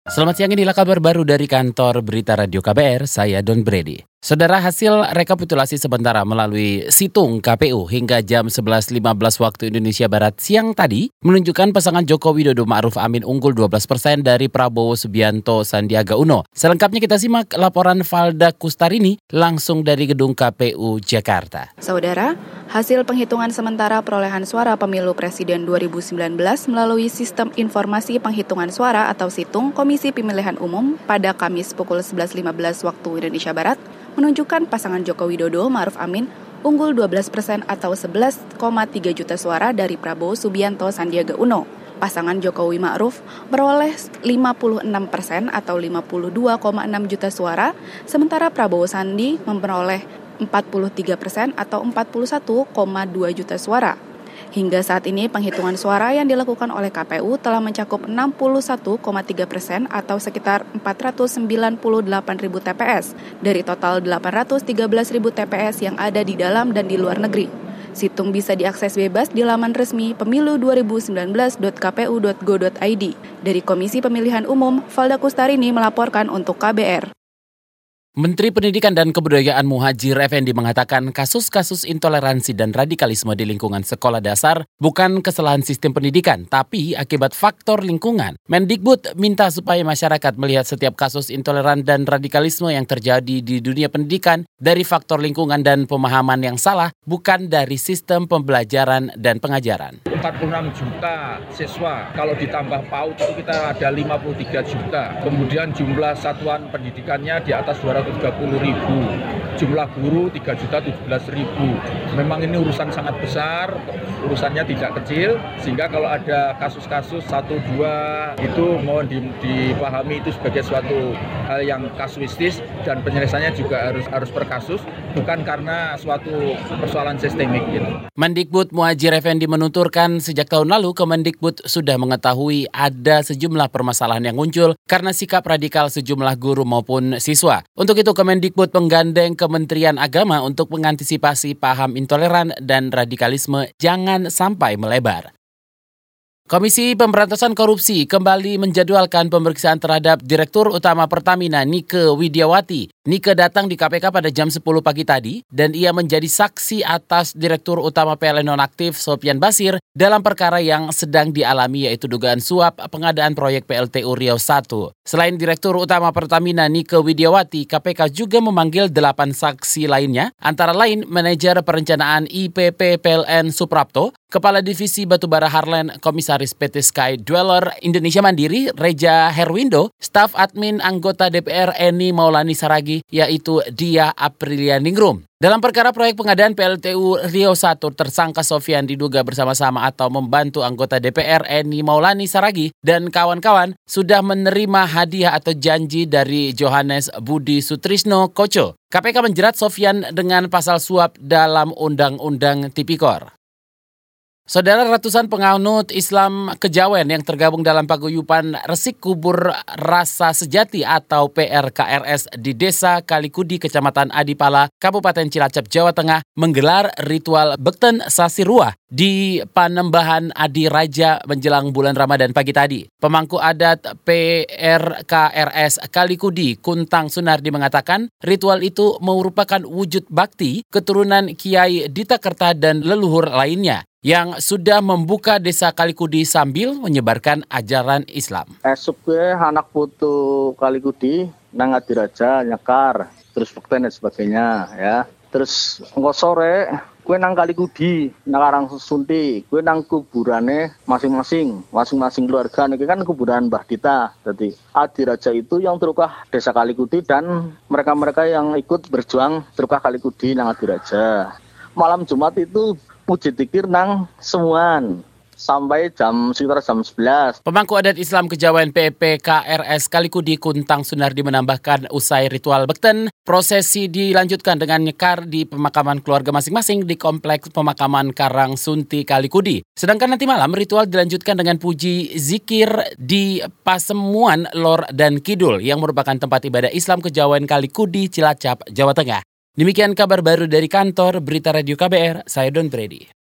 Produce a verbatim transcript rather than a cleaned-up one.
Selamat siang, inilah kabar baru dari kantor Berita Radio K B R, saya Don Brady. Saudara, hasil rekapitulasi sementara melalui situng K P U hingga jam sebelas lima belas waktu Indonesia Barat siang tadi menunjukkan pasangan Joko Widodo Ma'ruf Amin unggul dua belas persen dari Prabowo Subianto Sandiaga Uno. Selengkapnya kita simak laporan Valda Kustarini langsung dari gedung K P U Jakarta. Saudara, hasil penghitungan sementara perolehan suara pemilu presiden dua ribu sembilan belas melalui Sistem Informasi Penghitungan Suara atau Situng Komisi Pemilihan Umum pada Kamis pukul sebelas lima belas waktu Indonesia Barat menunjukkan pasangan Joko Widodo Ma'ruf Amin unggul dua belas persen atau sebelas koma tiga juta suara dari Prabowo Subianto Sandiaga Uno. Pasangan Jokowi Ma'ruf beroleh lima puluh enam persen atau lima puluh dua koma enam juta suara, sementara Prabowo Sandi memperoleh empat puluh tiga persen atau empat puluh satu koma dua juta suara. Hingga saat ini penghitungan suara yang dilakukan oleh K P U telah mencakup enam puluh satu koma tiga persen atau sekitar empat ratus sembilan puluh delapan ribu T P S dari total delapan ratus tiga belas ribu T P S yang ada di dalam dan di luar negeri. Situng bisa diakses bebas di laman resmi pemilu dua ribu sembilan belas titik k p u titik go titik i d. Dari Komisi Pemilihan Umum, Valda Kustarini melaporkan untuk K B R. Menteri Pendidikan dan Kebudayaan Muhadjir Effendi mengatakan kasus-kasus intoleransi dan radikalisme di lingkungan sekolah dasar bukan kesalahan sistem pendidikan, tapi akibat faktor lingkungan. Mendikbud minta supaya masyarakat melihat setiap kasus intoleran dan radikalisme yang terjadi di dunia pendidikan dari faktor lingkungan dan pemahaman yang salah, bukan dari sistem pembelajaran dan pengajaran. empat puluh enam juta siswa, kalau ditambah PAUD itu kita ada lima puluh tiga juta. Kemudian jumlah satuan pendidikannya di atas dua ratus tiga puluh ribu, jumlah guru tiga juta tujuh belas ribu. Memang ini urusan sangat besar, urusannya tidak kecil, sehingga kalau ada kasus-kasus satu dua itu mohon dipahami itu sebagai suatu hal yang kasuistis dan penyelesaiannya juga harus harus per kasus, bukan karena suatu persoalan sistemik gitu. Mendikbud Muhadjir Effendi menuturkan sejak tahun lalu Kemendikbud sudah mengetahui ada sejumlah permasalahan yang muncul karena sikap radikal sejumlah guru maupun siswa. Untuk itu Kemendikbud menggandeng Kementerian Agama untuk mengantisipasi paham intoleran dan radikalisme jangan sampai melebar. Komisi Pemberantasan Korupsi kembali menjadwalkan pemeriksaan terhadap Direktur Utama Pertamina Nike Widiawati. Nike datang di K P K pada jam sepuluh pagi tadi dan ia menjadi saksi atas Direktur Utama P L N Nonaktif Sopyan Basir dalam perkara yang sedang dialami yaitu dugaan suap pengadaan proyek P L T U Riau satu. Selain Direktur Utama Pertamina Nike Widiawati, K P K juga memanggil delapan saksi lainnya, antara lain Manajer Perencanaan I P P P L N Suprapto, Kepala Divisi Batubara Harlen, Komisaris P T Sky Dweller Indonesia Mandiri Reja Herwindo, staf admin anggota D P R Eni Maulani Saragi, yaitu Dia Aprilia Ningrum. Dalam perkara proyek pengadaan P L T U Riau satu, tersangka Sofyan diduga bersama-sama atau membantu anggota D P R Eni Maulani Saragi dan kawan-kawan sudah menerima hadiah atau janji dari Johannes Budi Sutrisno Koco. K P K menjerat Sofyan dengan pasal suap dalam Undang-Undang Tipikor. Saudara, ratusan penganut Islam Kejawen yang tergabung dalam paguyuban Resik Kubur Rasa Sejati atau P R K R S di Desa Kalikudi, Kecamatan Adipala, Kabupaten Cilacap, Jawa Tengah menggelar ritual Bekten Sasiruah di Panembahan Adi Raja menjelang bulan Ramadan pagi tadi. Pemangku adat P R K R S Kalikudi, Kuntang Sunardi mengatakan ritual itu merupakan wujud bakti keturunan Kiai Ditakerta dan leluhur lainnya yang sudah membuka desa Kalikudi sambil menyebarkan ajaran Islam. Esok gue anak putu Kalikudi nang Adiraja nyekar, terus bekten dan sebagainya ya. Terus engko sore gue nang Kalikudi, nang Karang Sunti, gue nang kuburane masing-masing, masing-masing keluarga. Ini kan kuburan Mbah Dita. Jadi Adiraja itu yang terukah desa Kalikudi dan mereka-mereka yang ikut berjuang terukah Kalikudi nang Adiraja. Malam Jumat itu puji dikir nang semuan sampai jam sekitar jam sebelas. Pemangku adat Islam Kejawen P P K R S Kalikudi Kuntang Sunardi menambahkan usai ritual bekten, prosesi dilanjutkan dengan nyekar di pemakaman keluarga masing-masing di kompleks pemakaman Karang Sunti Kalikudi. Sedangkan nanti malam ritual dilanjutkan dengan puji zikir di Pasemuan Lor dan Kidul yang merupakan tempat ibadah Islam Kejawen Kalikudi, Cilacap, Jawa Tengah. Demikian kabar baru dari kantor Berita Radio K B R, saya Don Brady.